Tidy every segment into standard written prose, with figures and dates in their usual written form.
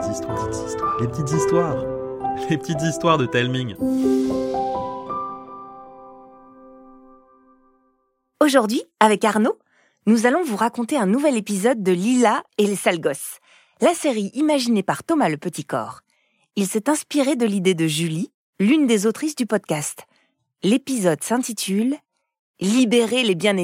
Les petites histoires de Telming. Aujourd'hui, avec Arnaud, nous allons vous raconter un nouvel épisode de Lila et les sales gosses, la série imaginée par Thomas le Petit Corps. Il s'est inspiré de l'idée de Julie, l'une des autrices du podcast. L'épisode s'intitule « Libérer les bien-aimés ».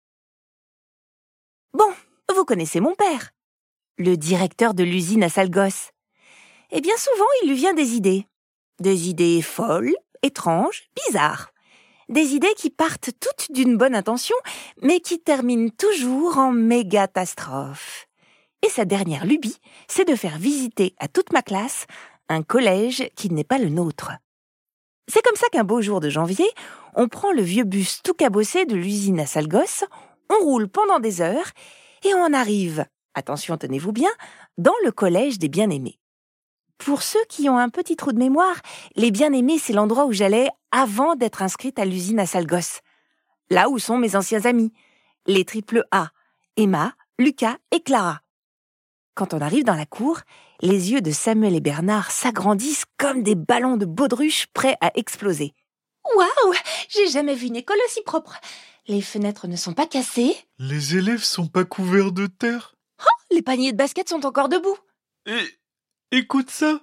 Bon, vous connaissez mon père, le directeur de l'usine à sales gosses. Et bien souvent, il lui vient des idées. Des idées folles, étranges, bizarres. Des idées qui partent toutes d'une bonne intention, mais qui terminent toujours en méga-catastrophe. Et sa dernière lubie, c'est de faire visiter à toute ma classe un collège qui n'est pas le nôtre. C'est comme ça qu'un beau jour de janvier, on prend le vieux bus tout cabossé de l'usine à sales gosses, on roule pendant des heures et on arrive, attention tenez-vous bien, dans le collège des bien-aimés. Pour ceux qui ont un petit trou de mémoire, les bien-aimés, c'est l'endroit où j'allais avant d'être inscrite à l'usine à sales gosses. Là où sont mes anciens amis, les triple A, Emma, Lucas et Clara. Quand on arrive dans la cour, les yeux de Samuel et Bernard s'agrandissent comme des ballons de baudruche prêts à exploser. Waouh, j'ai jamais vu une école aussi propre. Les fenêtres ne sont pas cassées. Les élèves sont pas couverts de terre. Les paniers de basket sont encore debout. Et écoute ça.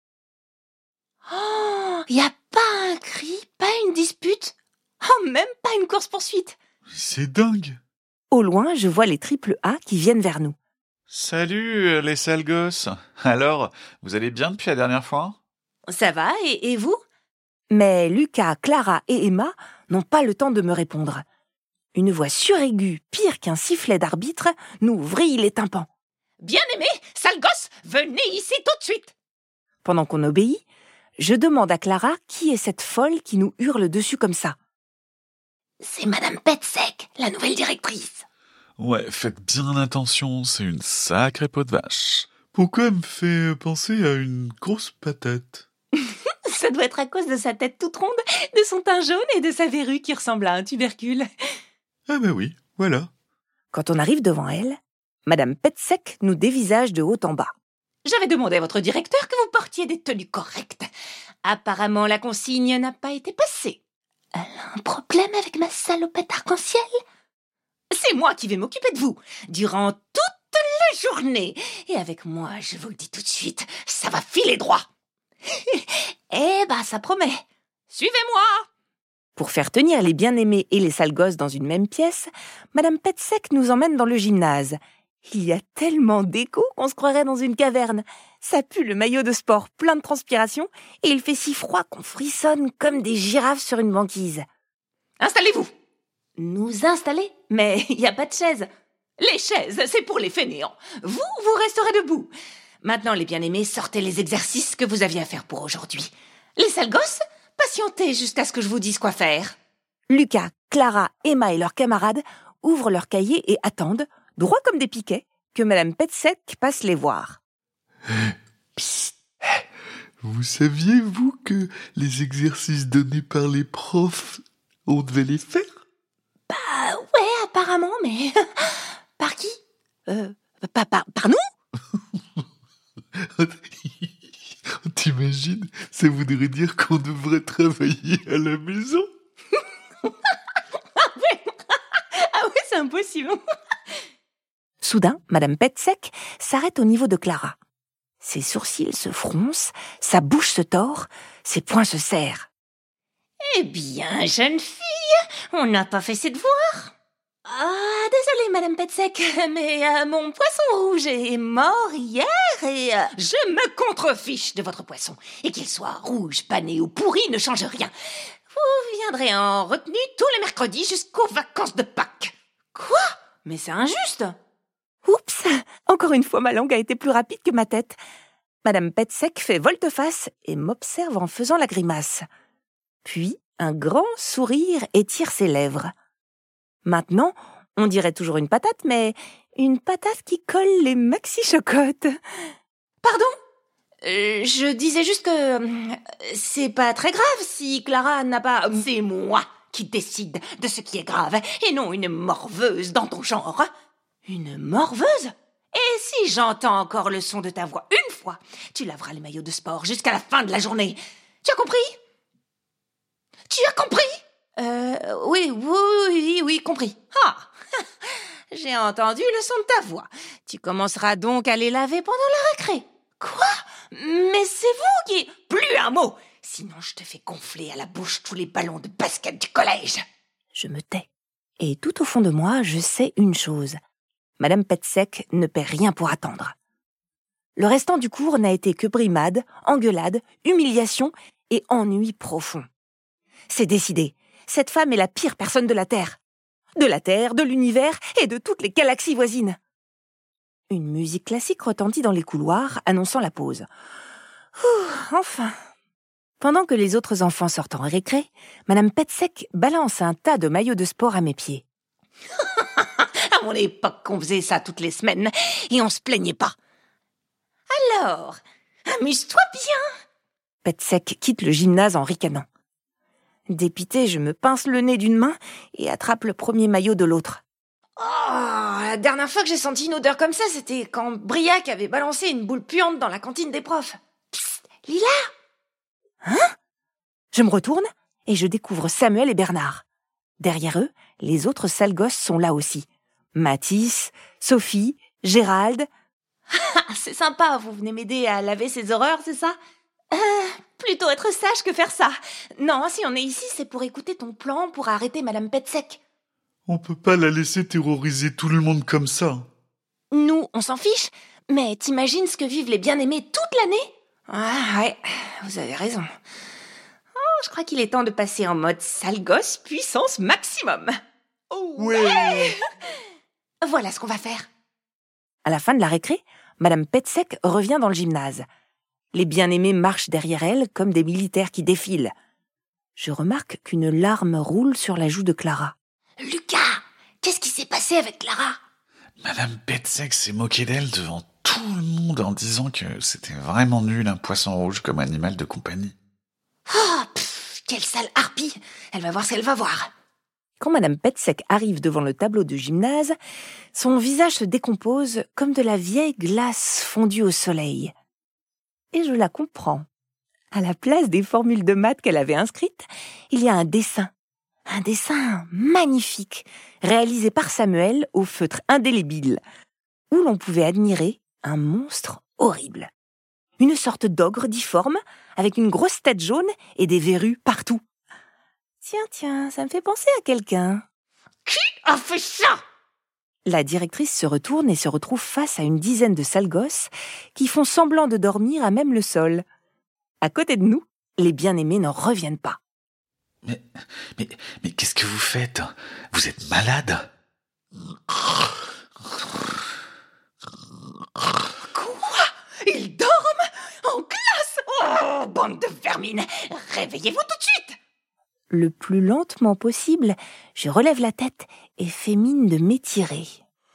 Oh, y a pas un cri, pas une dispute. Oh, même pas une course-poursuite. C'est dingue. Au loin, je vois les triple A qui viennent vers nous. Salut les sales gosses. Alors, vous allez bien depuis la dernière fois ? Ça va, et vous ? Mais Lucas, Clara et Emma n'ont pas le temps de me répondre. Une voix suraiguë, pire qu'un sifflet d'arbitre, nous vrille les tympans. Bien-aimés, sales gosses, venez ici tout de suite. Pendant qu'on obéit, je demande à Clara qui est cette folle qui nous hurle dessus comme ça. C'est Madame Petsec, la nouvelle directrice. Ouais, faites bien attention, c'est une sacrée peau de vache. Pourquoi elle me fait penser à une grosse patate? Ça doit être à cause de sa tête toute ronde, de son teint jaune et de sa verrue qui ressemble à un tubercule. Ah bah oui, voilà. Quand on arrive devant elle, Madame Petsec nous dévisage de haut en bas. J'avais demandé à votre directeur que vous portiez des tenues correctes. Apparemment, la consigne n'a pas été passée. Elle a un problème avec ma salopette arc-en-ciel ? C'est moi qui vais m'occuper de vous, durant toute la journée. Et avec moi, je vous le dis tout de suite, ça va filer droit. Eh ben, ça promet. Suivez-moi. Pour faire tenir les bien-aimés et les sales gosses dans une même pièce, Madame Petsec nous emmène dans le gymnase. Il y a tellement d'écho qu'on se croirait dans une caverne. Ça pue le maillot de sport plein de transpiration et il fait si froid qu'on frissonne comme des girafes sur une banquise. Installez-vous. Nous installer ? Mais il n'y a pas de chaise. Les chaises, c'est pour les fainéants. Vous resterez debout. Maintenant, les bien-aimés, sortez les exercices que vous aviez à faire pour aujourd'hui. Les sales gosses, patientez jusqu'à ce que je vous dise quoi faire. Lucas, Clara, Emma et leurs camarades ouvrent leurs cahiers et attendent, droit comme des piquets, que Madame Petsec passe les voir. Psst. Vous saviez, vous, que les exercices donnés par les profs, on devait les faire? Bah ouais, apparemment, mais par qui? Par nous? T'imagines, ça voudrait dire qu'on devrait travailler à la maison? Ah ouais, c'est impossible. Soudain, Madame Petsec s'arrête au niveau de Clara. Ses sourcils se froncent, sa bouche se tord, ses poings se serrent. Eh bien, jeune fille, on n'a pas fait ses devoirs. Ah, désolée, Madame Petsec, mais mon poisson rouge est mort hier et... Je me contrefiche de votre poisson. Et qu'il soit rouge, pané ou pourri ne change rien. Vous viendrez en retenue tous les mercredis jusqu'aux vacances de Pâques. Quoi ? Mais c'est injuste. Oups, encore une fois ma langue a été plus rapide que ma tête. Madame Petsec fait volte-face et m'observe en faisant la grimace. Puis, un grand sourire étire ses lèvres. Maintenant, on dirait toujours une patate, mais une patate qui colle les maxi-chocottes. Pardon ? Je disais juste que c'est pas très grave si Clara n'a pas... C'est moi qui décide de ce qui est grave et non une morveuse dans ton genre. Une morveuse ? Et si j'entends encore le son de ta voix une fois, tu laveras les maillots de sport jusqu'à la fin de la journée. Tu as compris? Tu as compris? Oui, compris. Ah, j'ai entendu le son de ta voix. Tu commenceras donc à les laver pendant la récré. Quoi? Mais c'est vous qui... Plus un mot! Sinon je te fais gonfler à la bouche tous les ballons de basket du collège. Je me tais. Et tout au fond de moi, je sais une chose. Madame Petsec ne perd rien pour attendre. Le restant du cours n'a été que brimade, engueulade, humiliation et ennui profond. C'est décidé. Cette femme est la pire personne de la Terre. De la Terre, de l'univers et de toutes les galaxies voisines. Une musique classique retentit dans les couloirs, annonçant la pause. Enfin. Pendant que les autres enfants sortent en récré, Madame Petsec balance un tas de maillots de sport à mes pieds. À mon époque, on faisait ça toutes les semaines et on se plaignait pas. Alors, amuse-toi bien. Petsec quitte le gymnase en ricanant. Dépitée, je me pince le nez d'une main et attrape le premier maillot de l'autre. Oh, la dernière fois que j'ai senti une odeur comme ça, c'était quand Briac avait balancé une boule puante dans la cantine des profs. Psst, Lila! Hein? Je me retourne et je découvre Samuel et Bernard. Derrière eux, les autres sales gosses sont là aussi. Mathis, Sophie, Gérald. Ah, c'est sympa, vous venez m'aider à laver ces horreurs, c'est ça? Plutôt être sage que faire ça. Non, si on est ici, c'est pour écouter ton plan pour arrêter Madame Petsec. On peut pas la laisser terroriser tout le monde comme ça. Nous, on s'en fiche, mais t'imagines ce que vivent les bien-aimés toute l'année? Ah ouais, vous avez raison. Oh, je crois qu'il est temps de passer en mode sale gosse puissance maximum. Oh, Ouais. Voilà ce qu'on va faire. À la fin de la récré, Madame Petsec revient dans le gymnase. Les bien-aimés marchent derrière elle comme des militaires qui défilent. Je remarque qu'une larme roule sur la joue de Clara. Lucas, qu'est-ce qui s'est passé avec Clara? Madame Petsec s'est moquée d'elle devant tout le monde en disant que c'était vraiment nul un poisson rouge comme animal de compagnie. Oh, quelle sale harpie. Elle va voir ce qu'elle va voir. Quand Madame Petsec arrive devant le tableau de gymnase, son visage se décompose comme de la vieille glace fondue au soleil. Et je la comprends. À la place des formules de maths qu'elle avait inscrites, il y a un dessin magnifique, réalisé par Samuel au feutre indélébile, où l'on pouvait admirer un monstre horrible. Une sorte d'ogre difforme, avec une grosse tête jaune et des verrues partout. Tiens, ça me fait penser à quelqu'un. Qui a fait ça? La directrice se retourne et se retrouve face à une dizaine de sales gosses qui font semblant de dormir à même le sol. À côté de nous, les bien-aimés n'en reviennent pas. Mais qu'est-ce que vous faites? Vous êtes malade? Quoi? Ils dorment? En classe? Oh, bande de vermines! Réveillez-vous tout de suite! Le plus lentement possible, je relève la tête et fais mine de m'étirer.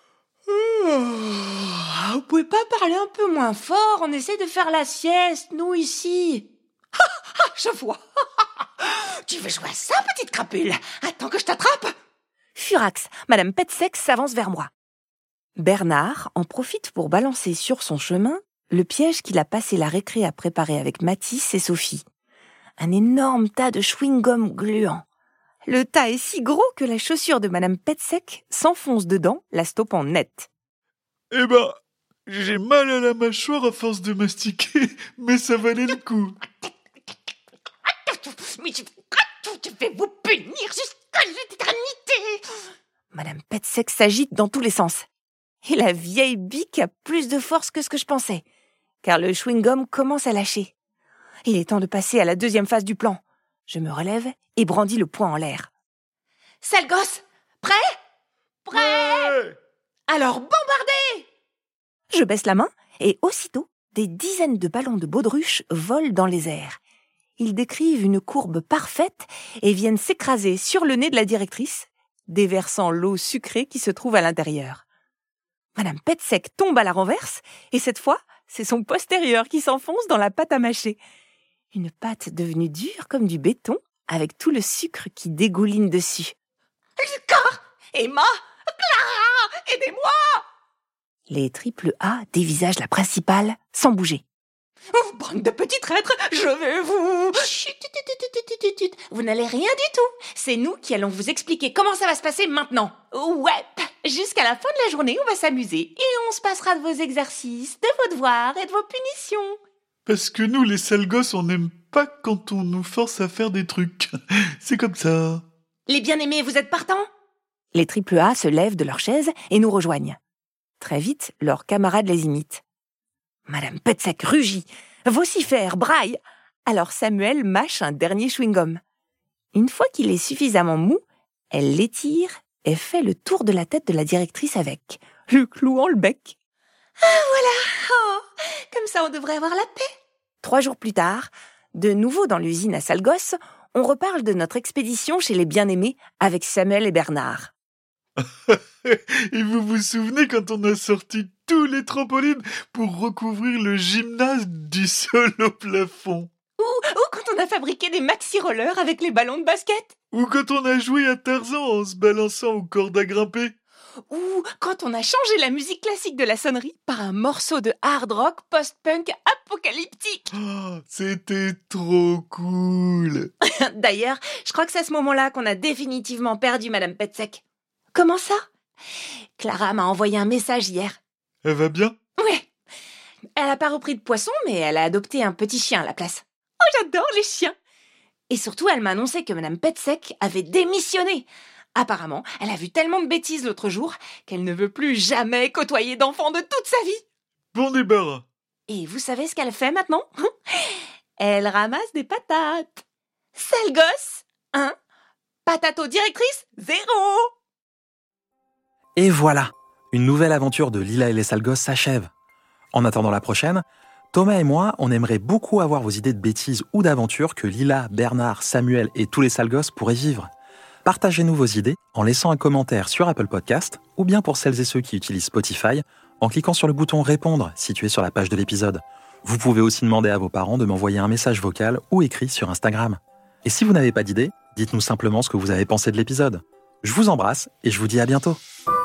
Vous pouvez pas parler un peu moins fort? On essaie de faire la sieste, nous, ici. Je vois. Tu veux jouer à ça, petite crapule? Attends que je t'attrape. Furax, Madame Petsec s'avance vers moi. Bernard en profite pour balancer sur son chemin le piège qu'il a passé la récré à préparer avec Mathis et Sophie. Un énorme tas de chewing-gum gluant. Le tas est si gros que la chaussure de Madame Petsec s'enfonce dedans, la stoppant net. Eh ben, j'ai mal à la mâchoire à force de mastiquer, mais ça valait le coup. Mais je vais vous punir jusqu'à l'éternité. Madame Petsec s'agite dans tous les sens. Et la vieille bique a plus de force que ce que je pensais, car le chewing-gum commence à lâcher. Il est temps de passer à la deuxième phase du plan. Je me relève et brandis le poing en l'air. Sale gosse, prêt? Prêt? Alors bombardez! Je baisse la main et aussitôt, des dizaines de ballons de baudruche volent dans les airs. Ils décrivent une courbe parfaite et viennent s'écraser sur le nez de la directrice, déversant l'eau sucrée qui se trouve à l'intérieur. Madame Petsec tombe à la renverse et cette fois, c'est son postérieur qui s'enfonce dans la pâte à mâcher. Une pâte devenue dure comme du béton, avec tout le sucre qui dégouline dessus. Lucas, Emma, Clara, aidez-moi! Les triple A dévisagent la principale sans bouger. Oh, bande de petits traîtres, je vais vous... Chut, tut, tut, tut, tut, tut, tut. Vous n'allez rien du tout. C'est nous qui allons vous expliquer comment ça va se passer maintenant. Ouais, jusqu'à la fin de la journée, on va s'amuser et on se passera de vos exercices, de vos devoirs et de vos punitions. Parce que nous, les sales gosses, on n'aime pas quand on nous force à faire des trucs. C'est comme ça. Les bien-aimés, vous êtes partants ? Les triple A se lèvent de leur chaise et nous rejoignent. Très vite, leurs camarades les imitent. Madame Petzek rugit, vocifère, braille. Alors Samuel mâche un dernier chewing-gum. Une fois qu'il est suffisamment mou, elle l'étire et fait le tour de la tête de la directrice avec, le clouant le bec. Oh, comme ça on devrait avoir la paix. 3 jours plus tard, de nouveau dans l'usine à sale gosse, on reparle de notre expédition chez les bien-aimés avec Samuel et Bernard. Et vous vous souvenez quand on a sorti tous les trampolines pour recouvrir le gymnase du sol au plafond? Ou quand on a fabriqué des maxi-rollers avec les ballons de basket. Ou quand on a joué à Tarzan en se balançant aux cordes à grimper? Ou quand on a changé la musique classique de la sonnerie par un morceau de hard rock post-punk apocalyptique. Oh, c'était trop cool. D'ailleurs, je crois que c'est à ce moment-là qu'on a définitivement perdu Madame Petzek. Comment ça ? Clara m'a envoyé un message hier. Elle va bien? Ouais. Elle a pas repris de poisson, mais elle a adopté un petit chien à la place. Oh, j'adore les chiens. Et surtout, elle m'a annoncé que Madame Petzek avait démissionné. Apparemment, elle a vu tellement de bêtises l'autre jour qu'elle ne veut plus jamais côtoyer d'enfants de toute sa vie. Bon débarras. Et vous savez ce qu'elle fait maintenant ? Elle ramasse des patates. Sale gosse, 1. Patato directrice, 0. Et voilà, une nouvelle aventure de Lila et les sales gosses s'achève. En attendant la prochaine, Thomas et moi, on aimerait beaucoup avoir vos idées de bêtises ou d'aventures que Lila, Bernard, Samuel et tous les sales gosses pourraient vivre. Partagez-nous vos idées en laissant un commentaire sur Apple Podcast ou bien pour celles et ceux qui utilisent Spotify, en cliquant sur le bouton « Répondre » situé sur la page de l'épisode. Vous pouvez aussi demander à vos parents de m'envoyer un message vocal ou écrit sur Instagram. Et si vous n'avez pas d'idée, dites-nous simplement ce que vous avez pensé de l'épisode. Je vous embrasse et je vous dis à bientôt.